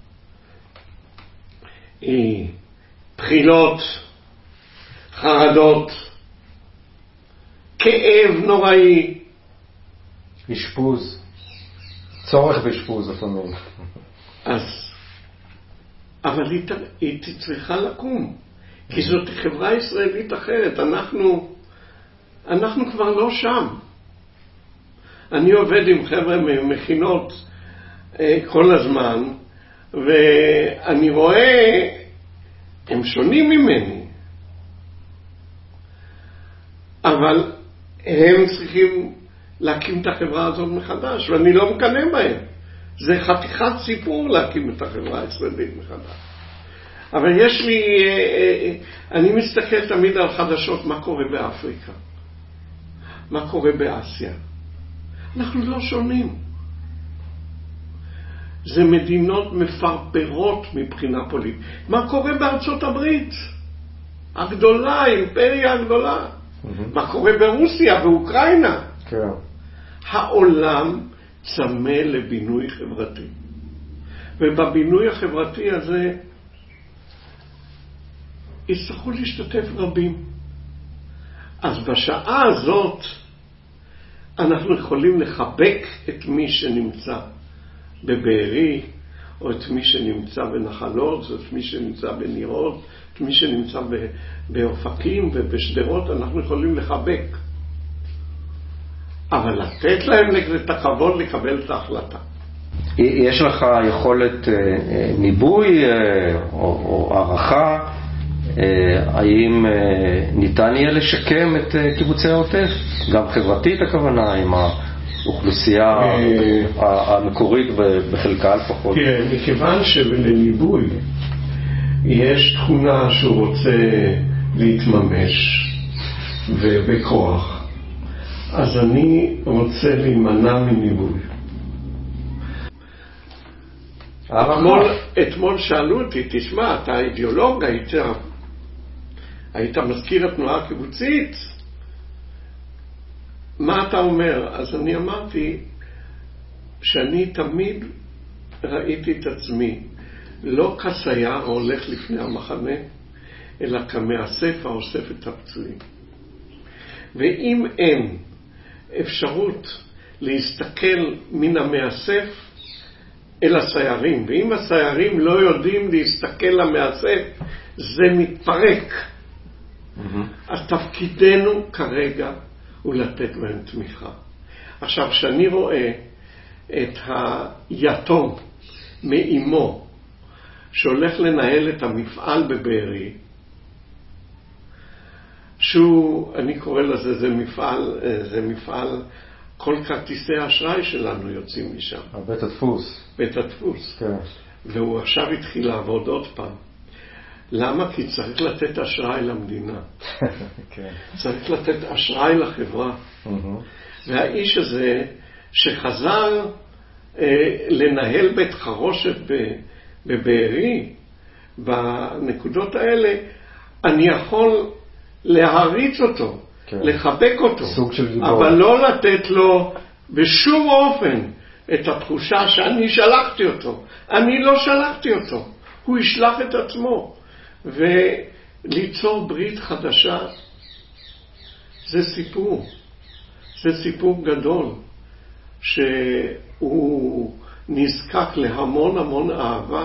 היא בחילות, חרדות, כאב נוראי. אשפוז. צורך באשפוז לפעמים. אבל היא צריכה לקום. כי זאת חברה ישראלית אחרת. אנחנו כבר לא שם. אני עובד עם חבר'ה ממכינות כל הזמן, ואני רואה, הם שונים ממני. אבל הם צריכים להקים את החברה הזאת מחדש, ואני לא מקנא בהם. זה חתיכת סיפור להקים את החברה הישראלית מחדש. אבל יש לי, אני מסתכל תמיד על חדשות, מה קורה באפריקה, מה קורה באסיה. אנחנו לא שונים. זה מדינות מפרפרות מבחינה פוליטית. מה קורה בארצות הברית? הגדולה, האימפריה הגדולה. מה קורה ברוסיה, באוקראינה? כן. העולם צמא לבינוי חברתי. ובבינוי החברתי הזה יצטרכו להשתתף רבים. אז בשעה הזאת אנחנו יכולים לחבק את מי שנמצא בבארי, או את מי שנמצא בנחלות, או את מי שנמצא בנירות, את מי שנמצא באופקים ובשדרות, אנחנו יכולים לחבק. אבל לתת להם את הכבוד לקבל את ההחלטה. יש לך יכולת ניבוי או הערכה, האם ניתן יהיה לשקם את קיבוצי העוטף? גם חברתית הכוונה, עם האוכלוסייה המקורית בחלקה לפחות. תראה, מכיוון שלניבוי יש תכונה שהוא רוצה להתממש ובכוח, אז אני רוצה להימנע מניבוי. אתמול שאלו אותי, תשמע, אתה אידיאולוג, היית מזכיר התנועה הקיבוצית, מה אתה אומר? אז אני אמרתי שאני תמיד ראיתי את עצמי לא כסייר הולך לפני המחנה, אלא כמאסף האוסף את הפצועים. ואם אין אפשרות להסתכל מן המאסף אל הסיירים, ואם הסיירים לא יודעים להסתכל למאסף, זה מתפרק. אז תפקידנו כרגע הוא לתת להם תמיכה. עכשיו, כשאני רואה את היתום מאימו שהולך לנהל את המפעל בבארי, שהוא, אני קורא לזה, זה מפעל, כל כרטיסי האשראי שלנו יוצאים משם. בית הדפוס. בית הדפוס. כן. והוא עכשיו התחיל לעבוד עוד פעם. למה? כי צריך לתת אשראי למדינה. כן. צריך לתת אשראי לחברה. והאיש הזה שחזר לנהל בית חרושת בבארי, בנקודות האלה, אני יכול להריץ אותו, כן. לחבק אותו, אבל לא לתת לו בשום אופן את התחושה שאני שלחתי אותו. אני לא שלחתי אותו, הוא ישלח את עצמו. וליצור ברית חדשה זה סיפור גדול, שהוא נזקק להמון המון אהבה,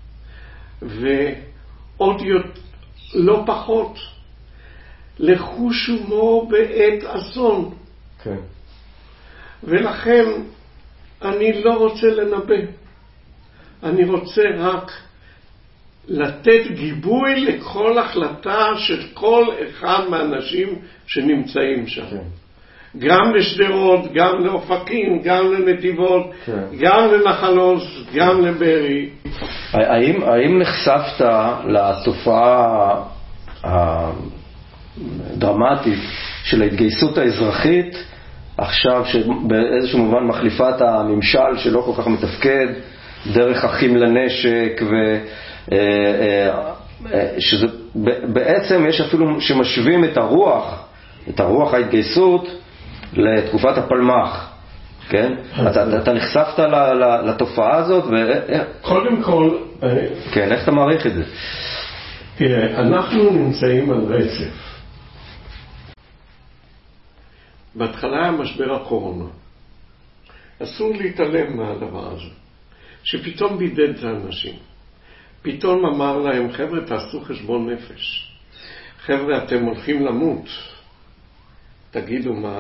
ועוד לא פחות לחוש הומור בעת אסון. כן. ולכן אני לא רוצה לנבא, אני רוצה רק לתת גיבוי לכל החלטה של כל אחד מהאנשים שנמצאים שם. כן. גם לשדרות, גם לאופקים, גם לנתיבות, כן. גם לנחלות, גם לבארי. האם נחשפת לתופעה הדרמטית של ההתגייסות האזרחית עכשיו שבאיזשהו מובן מחליפה את הממשל שלא כל כך מתפקד, דרך אחים לנשק, שזה בעצם יש אפילו שמשווים את הרוח ההתגייסות לתקופת הפלמ"ח, כן? אתה נחשפת לתופעה הזאת? קודם כל, כן, איך אתה מעריך את זה? תראה, אנחנו נמצאים על רצף. בהתחלה היה משבר הקורונה. אסור להתעלם מהדבר הזה. שפתאום בידד את האנשים. פתאום אמר להם, חבר'ה, תעשו חשבון נפש. חבר'ה, אתם הולכים למות. תגידו מה...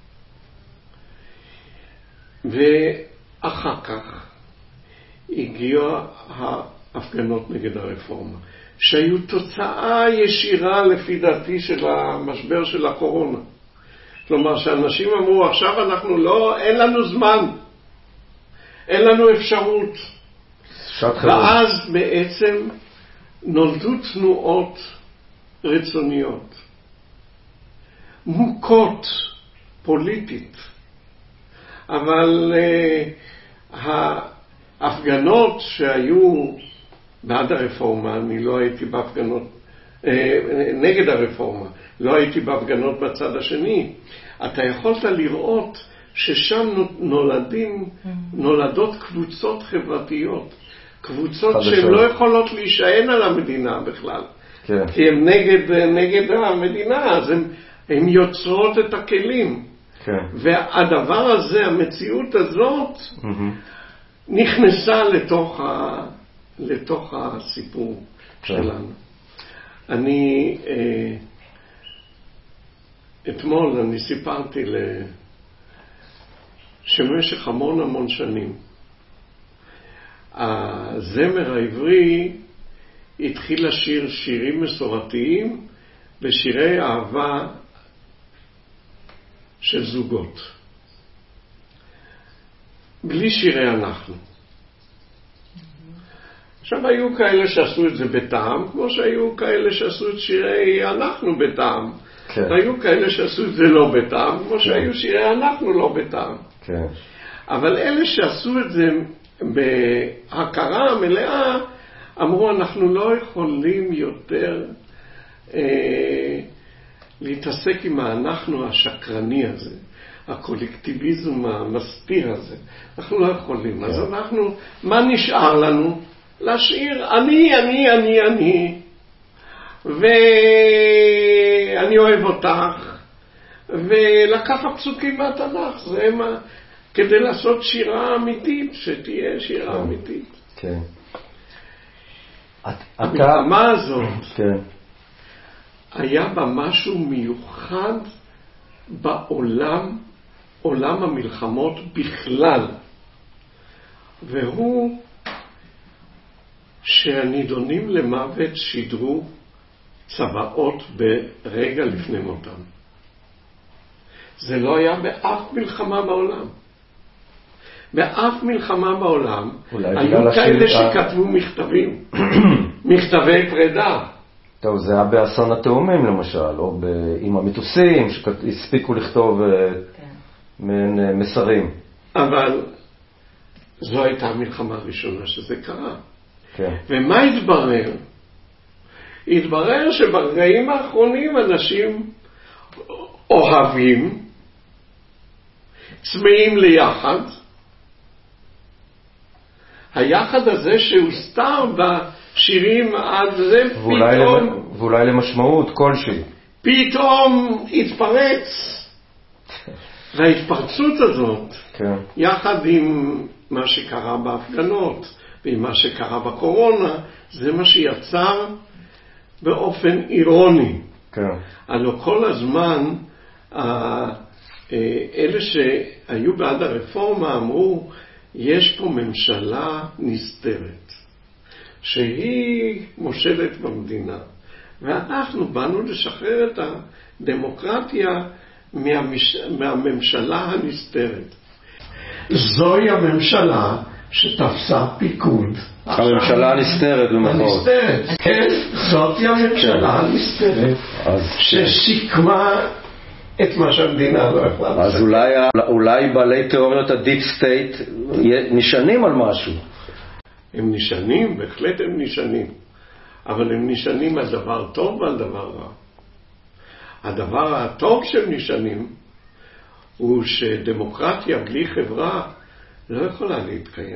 ואחר כך הגיעו ההפגנות נגד הרפורמה, שהיו תוצאה ישירה לפי דעתי של המשבר של הקורונה. כלומר, שאנשים אמרו, עכשיו אנחנו לא, אין לנו זמן, אין לנו אפשרות. ואז בעצם נולדו תנועות רצוניות, מוכות פוליטית, אבל ההפגנות שהיו בעד הרפורמה, אני לא הייתי בהפגנות, נגד הרפורמה, לא הייתי בהפגנות בצד השני. אתה יכולת לראות ששם נולדות קבוצות חברתיות, קבוצות שהן לא יכולות להישען על המדינה בכלל, כן. כי הן נגד המדינה, אז הן יוצרות את הכלים. כן. והדבר הזה, המציאות הזאת, נכנסה לתוך הסיפור שלנו. אני אתמול אני סיפרתי שמשך המון שנים הזמר העברי התחיל לשיר שירים מסורתיים ושירי אהבה של זוגות, בלי שירי אנחנו. עכשיו היו כאלה שעשו את זה בטעם, כמו שהיו כאלה שעשו את שירי אנחנו בטעם. כן. והיו כאלה שעשו את זה לא בטעם, כמו שהיו שירי אנחנו לא בטעם. כן. אבל אלה שעשו את זה בהכרה המלאה, אמרו, אנחנו לא יכולים יותר להתעסק עם האנחנו השקרני הזה, הקולקטיביזם המסתיר הזה. אנחנו לא יכולים. כן. אז אנחנו, מה נשאר לנו? לשיר אני, ואני אוהב אותך, ולקחת פסוקים מהתנ"ך, זה מה, כדי לעשות שירה אמיתית, שתהיה שירה אמיתית. כן. המלחמה הזאת, כן. היה בה משהו מיוחד בעולם, עולם המלחמות בכלל, והוא שהנידונים למוות שידרו צבאות ברגע לפני מותם. זה לא היה באף מלחמה בעולם. באף מלחמה בעולם היו כאלה שכתבו מכתבים, מכתבי פרידה. טוב, זה היה באסון התאומים למשל, או עם המטוסים שהספיקו לכתוב מסרים. אבל זו הייתה המלחמה הראשונה שזה קרה. כן. ומה התברר? התברר שברגעים האחרונים אנשים אוהבים, צמאים ליחד. היחד הזה שהוסתר בשירים עד זה פתאום... ואולי למשמעות כלשהי. פתאום התפרץ. וההתפרצות הזאת, כן. יחד עם מה שקרה בהפגנות, ועם מה שקרה בקורונה, זה מה שיצר באופן אירוני. כן. הלוא כל הזמן, אלה שהיו בעד הרפורמה אמרו, יש פה ממשלה נסתרת, שהיא מושלת במדינה. ואנחנו באנו לשחרר את הדמוקרטיה מהממשלה הנסתרת. זוהי הממשלה שתפסה פיקוד. הממשלה הנסתרת במחאות. הנסתרת, כן. זאתי הממשלה הנסתרת ששיקמה את מה שהמדינה לא יכולה אז אולי בעלי תיאוריות הדיפ סטייט נשענים על משהו. הם נשענים, בהחלט הם נשענים. אבל הם נשענים על דבר טוב ועל דבר רע. הדבר הטוב שהם נשענים הוא שדמוקרטיה בלי חברה לא יכולה להתקיים.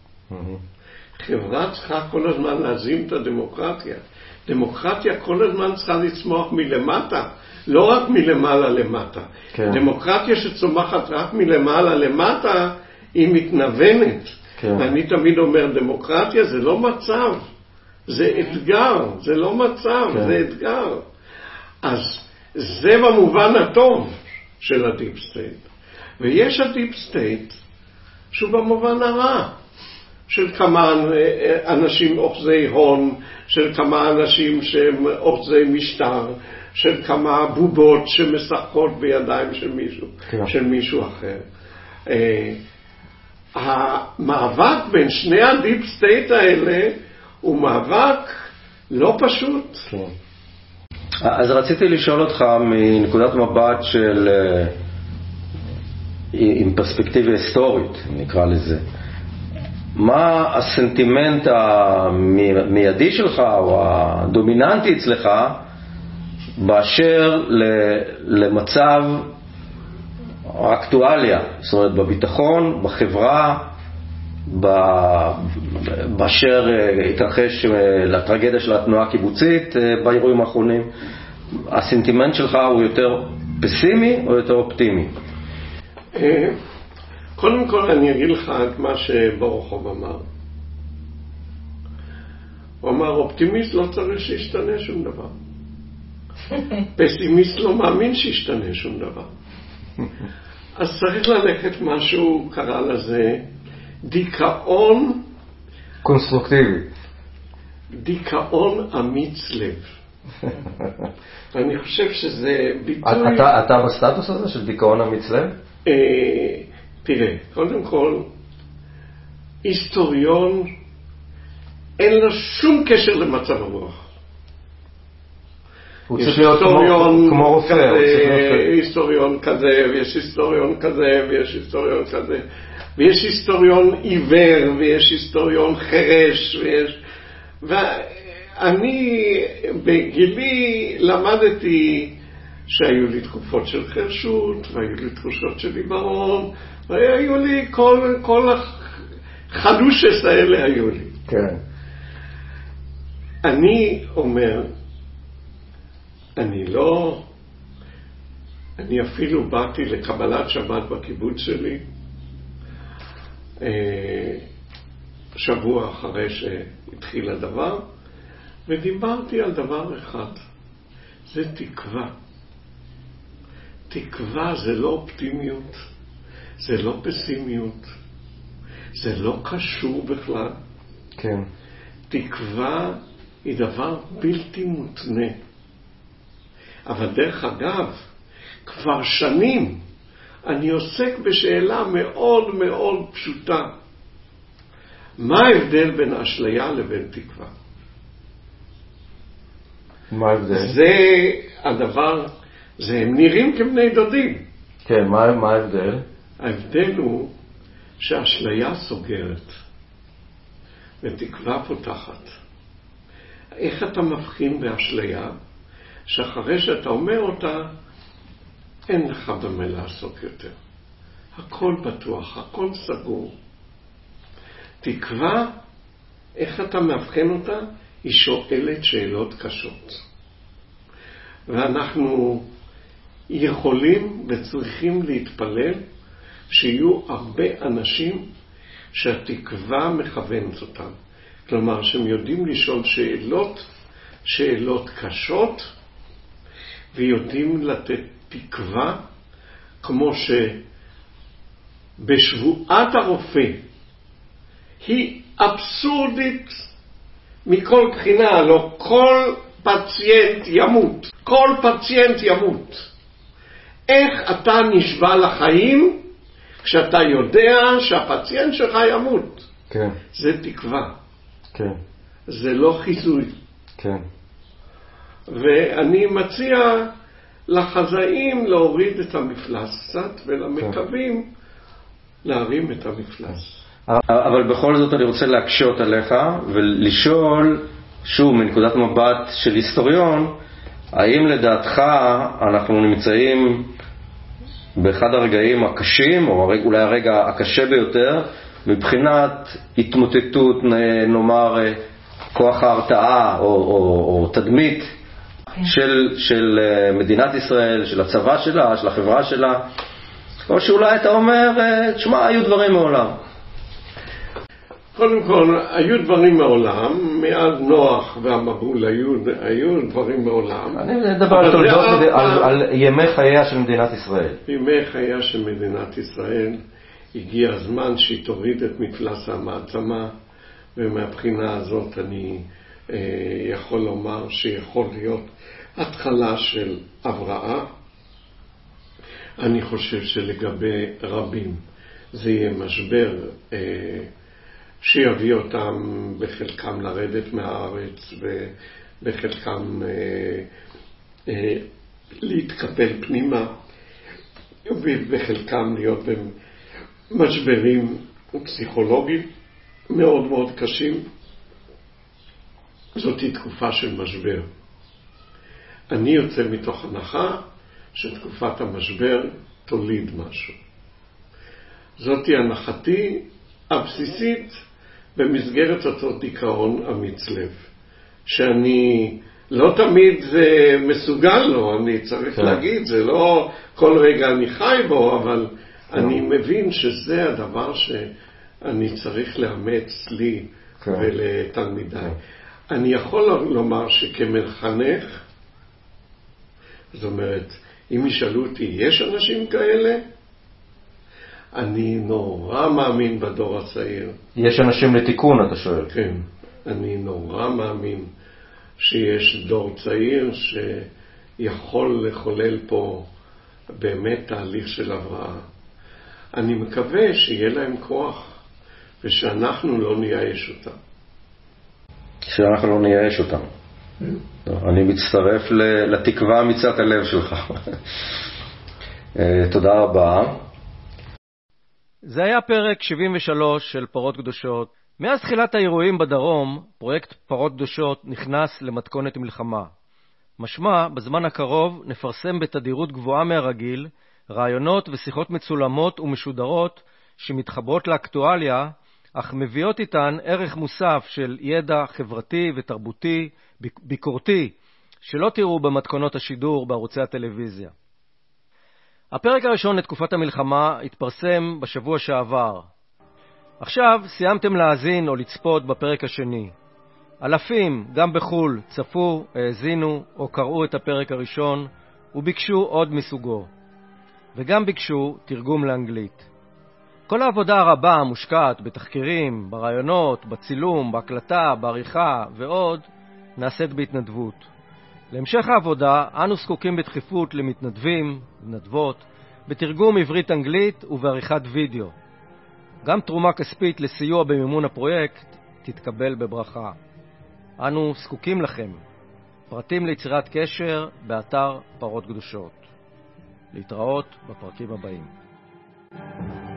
חברה צריכה כל הזמן להזים את הדמוקרטיה. דמוקרטיה כל הזמן צריכה לצמוח מלמטה, לא רק מלמעלה למטה. כן. דמוקרטיה שצומחת רק מלמעלה למטה היא מתנוונת. כן. ואני תמיד אומר, דמוקרטיה זה לא מצב, זה אתגר, זה לא מצב, כן. זה אתגר. אז זה במובן הטוב של הדיפ סטייט. ויש הדיפ סטייט שהוא במובן הרע. של כמה אנשים אוחזי הון, של כמה אנשים שהם אוחזי משטר, של כמה בובות שמשחקות בידיים של מישהו, כן. של מישהו אחר. המאבק בין שני הדיפ סטייט האלה הוא מאבק לא פשוט. כן. אז רציתי לשאול אותך מנקודת מבט של, עם פרספקטיבה היסטורית, נקרא לזה. מה הסנטימנט המיידי שלך או הדומיננטי אצלך באשר למצב האקטואליה, זאת אומרת בביטחון, בחברה, באשר התרחש לטרגדיה של התנועה הקיבוצית באירועים האחרונים? הסנטימנט שלך הוא יותר פסימי או יותר אופטימי? קודם כל אני אגיד לך את מה שבורוכוב אמר. הוא אמר, אופטימיסט לא צריך שישתנה שום דבר. פסימיסט לא מאמין שישתנה שום דבר. אז צריך ללכת משהו, קרא לזה, דיכאון קונסטרוקטיבי. דיכאון אמיץ לב. ואני חושב שזה ביטוי... אתה בסטטוס הזה של דיכאון אמיץ לב? תראה, קודם כל, היסטוריון אין לו שום קשר למצב הרוח. הוא צריך להיות כמו רופא. היסטוריון כזה, ויש היסטוריון כזה, ויש היסטוריון כזה. ויש היסטוריון עיוור, ויש היסטוריון חרש, ואני בגילי למדתי שהיו לי תקופות של חרשות, והיו לי תחושות של עיוורון, והיו לי כל החדושס האלה היו לי. כן. אני אומר, אני אפילו באתי לקבלת שבת בקיבוץ שלי, שבוע אחרי שהתחיל הדבר, ודיברתי על דבר אחד, זה תקווה. תקווה זה לא אופטימיות, זה לא פסימיות, זה לא קשור בכלל. כן. תקווה היא דבר בלתי מותנה. אבל דרך אגב, כבר שנים אני עוסק בשאלה מאוד מאוד פשוטה. מה ההבדל בין אשליה לבין תקווה? מה ההבדל? זה הדבר, הם נראים כבני דודים. כן, מה ההבדל? ההבדל הוא שאשליה סוגרת ותקווה פותחת. איך אתה מבחין באשליה? שאחרי שאתה אומר אותה, אין לך במה לעסוק יותר. הכל בטוח, הכל סגור. תקווה, איך אתה מבחין אותה? היא שואלת שאלות קשות. ואנחנו יכולים וצריכים להתפלל שיהיו הרבה אנשים שהתקווה מכוונת אותם. כלומר, שהם יודעים לשאול שאלות קשות, ויודעים לתת תקווה, כמו שבשבועת הרופא היא אבסורדית מכל בחינה, לא כל פציינט ימות. כל פציינט ימות. איך אתה נשבע לחיים כשאתה יודע שהפציינט שלך ימות? כן. זה תקווה. כן. זה לא חיזוי. כן. ואני מציע לחזאים להוריד את המפלס קצת, ולמקבים להרים את המפלס. אבל בכל זאת אני רוצה להקשות עליך ולשאול, שוב, מנקודת מבט של היסטוריון, האם לדעתך אנחנו נמצאים באחד הרגעים הקשים, או אולי הרגע הקשה ביותר, מבחינת התמוטטות, נאמר, כוח ההרתעה או תדמית של מדינת ישראל, של הצבא שלה, של החברה שלה, או שאולי אתה אומר, תשמע, היו דברים מעולם. קודם כל, היו דברים מעולם, מאז נוח והמבול היו דברים מעולם. אני מדבר על ימי חייה של מדינת ישראל. ימי חייה של מדינת ישראל, הגיע הזמן שהיא תוריד את מפלס המעצמה, ומהבחינה הזאת אני יכול לומר שיכול להיות התחלה של הבראה. אני חושב שלגבי רבים זה יהיה משבר שיביא אותם בחלקם לרדת מהארץ ובחלקם להתקפל פנימה ובחלקם להיות במשברים פסיכולוגיים מאוד מאוד קשים. זאת היא תקופה של משבר. אני יוצא מתוך הנחה שתקופת המשבר תוליד משהו. זאת היא הנחתי הבסיסית במסגרת אותו דיכאון אמיץ לב, שאני לא תמיד מסוגל לו, אני צריך להגיד, זה לא כל רגע אני חי בו, אבל אני מבין שזה הדבר שאני צריך לאמץ לי ולתלמידיי. אני יכול לומר שכמחנך, זאת אומרת, אם ישאלו אותי, יש אנשים כאלה? אני נורא מאמין בדור הצעיר. יש אנשים לתיקון, אתה שואל. כן, אני נורא מאמין שיש דור צעיר שיכול לחולל פה באמת תהליך של הבראה. אני מקווה שיהיה להם כוח ושאנחנו לא נייאש אותם. שאנחנו לא נייאש אותם. אני מצטרף לתקווה מצד הלב שלך. תודה רבה. זה היה פרק 73 של פרות קדושות. מאז תחילת האירועים בדרום, פרויקט פרות קדושות נכנס למתכונת מלחמה. משמע, בזמן הקרוב נפרסם בתדירות גבוהה מהרגיל רעיונות ושיחות מצולמות ומשודרות שמתחברות לאקטואליה, אך מביאות איתן ערך מוסף של ידע חברתי ותרבותי, ביקורתי, שלא תראו במתכונות השידור בערוצי הטלוויזיה. הפרק הראשון לתקופת המלחמה התפרסם בשבוע שעבר. עכשיו סיימתם להאזין או לצפות בפרק השני. אלפים, גם בחול, צפו, האזינו או קראו את הפרק הראשון וביקשו עוד מסוגו. וגם ביקשו תרגום לאנגלית. כל העבודה הרבה המושקעת בתחקירים, ברעיונות, בצילום, בהקלטה, בעריכה ועוד, נעשית בהתנדבות. להמשך העבודה, אנו זקוקים בדחיפות למתנדבים, מתנדבות, בתרגום עברית-אנגלית ובעריכת וידאו. גם תרומה כספית לסיוע במימון הפרויקט תתקבל בברכה. אנו זקוקים לכם. פרטים ליצירת קשר באתר פרות קדושות. להתראות בפרקים הבאים.